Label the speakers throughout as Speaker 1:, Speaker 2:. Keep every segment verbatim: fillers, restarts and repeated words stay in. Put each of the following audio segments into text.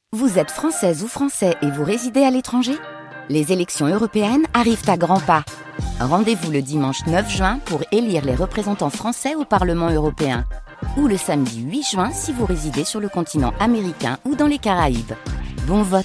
Speaker 1: Vous êtes française ou français et vous résidez à l'étranger ? Les élections européennes arrivent à grands pas. Rendez-vous le dimanche neuf juin pour élire les représentants français au Parlement européen. Ou le samedi huit juin si vous résidez sur le continent américain ou dans les Caraïbes. Bon vote!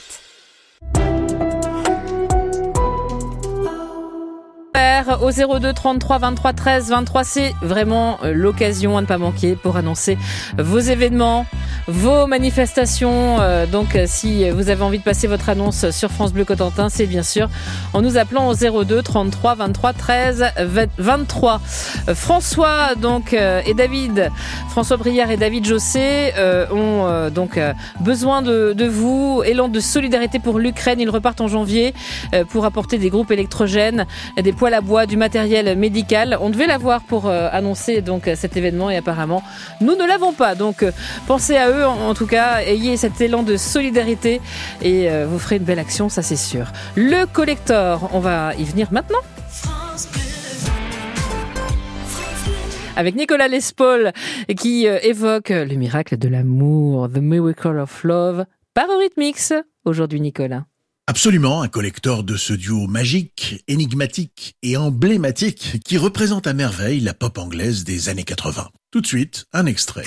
Speaker 2: Au zéro deux trente-trois vingt-trois treize vingt-trois, c'est vraiment l'occasion à ne pas manquer pour annoncer vos événements, vos manifestations. Euh, donc si vous avez envie de passer votre annonce sur France Bleu Cotentin, c'est bien sûr en nous appelant au zéro deux trente-trois vingt-trois treize vingt-trois. Euh, François donc euh, et David, François Briard et David Josset euh, ont euh, donc euh, besoin de, de vous. Élan de solidarité pour l'Ukraine, ils repartent en janvier euh, pour apporter des groupes électrogènes, des poêles à bois, du matériel médical. On devait l'avoir pour euh, annoncer donc cet événement et apparemment nous ne l'avons pas. Donc euh, pensez à eux en, en tout cas, ayez cet élan de solidarité et euh, vous ferez une belle action, ça c'est sûr. Le collector, on va y venir maintenant. Avec Nicolas Lespaul qui euh, évoque le miracle de l'amour, The Miracle of Love, par Eurythmics. Aujourd'hui Nicolas.
Speaker 3: Absolument, un collector de ce duo magique, énigmatique et emblématique qui représente à merveille la pop anglaise des années quatre-vingts. Tout de suite, un extrait.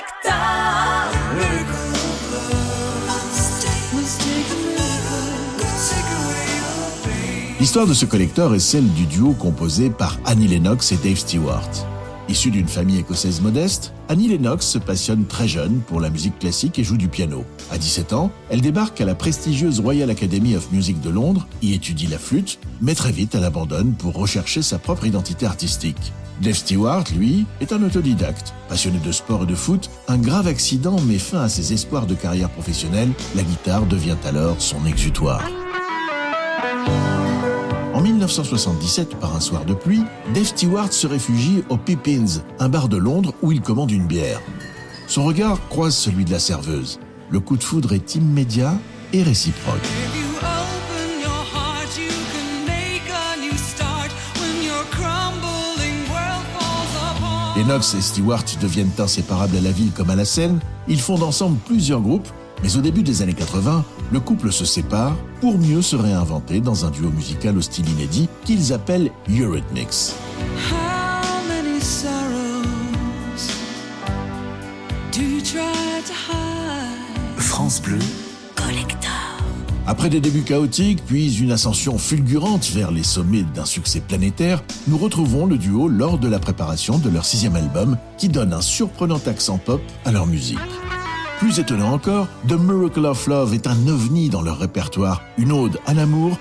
Speaker 3: L'histoire de ce collector est celle du duo composé par Annie Lennox et Dave Stewart. Issue d'une famille écossaise modeste, Annie Lennox se passionne très jeune pour la musique classique et joue du piano. À dix-sept ans, elle débarque à la prestigieuse Royal Academy of Music de Londres, y étudie la flûte, mais très vite elle abandonne pour rechercher sa propre identité artistique. Dave Stewart, lui, est un autodidacte. Passionné de sport et de foot, un grave accident met fin à ses espoirs de carrière professionnelle. La guitare devient alors son exutoire. En dix-neuf cent soixante-dix-sept, par un soir de pluie, Dave Stewart se réfugie au Pippins, un bar de Londres où il commande une bière. Son regard croise celui de la serveuse. Le coup de foudre est immédiat et réciproque. Lennox et Stewart deviennent inséparables à la ville comme à la scène. Ils fondent ensemble plusieurs groupes, mais au début des années quatre-vingts, le couple se sépare pour mieux se réinventer dans un duo musical au style inédit qu'ils appellent Eurythmics. France Bleu Collector. Après des débuts chaotiques, puis une ascension fulgurante vers les sommets d'un succès planétaire, nous retrouvons le duo lors de la préparation de leur sixième album qui donne un surprenant accent pop à leur musique. Plus étonnant encore, The Miracle of Love est un ovni dans leur répertoire, une ode à l'amour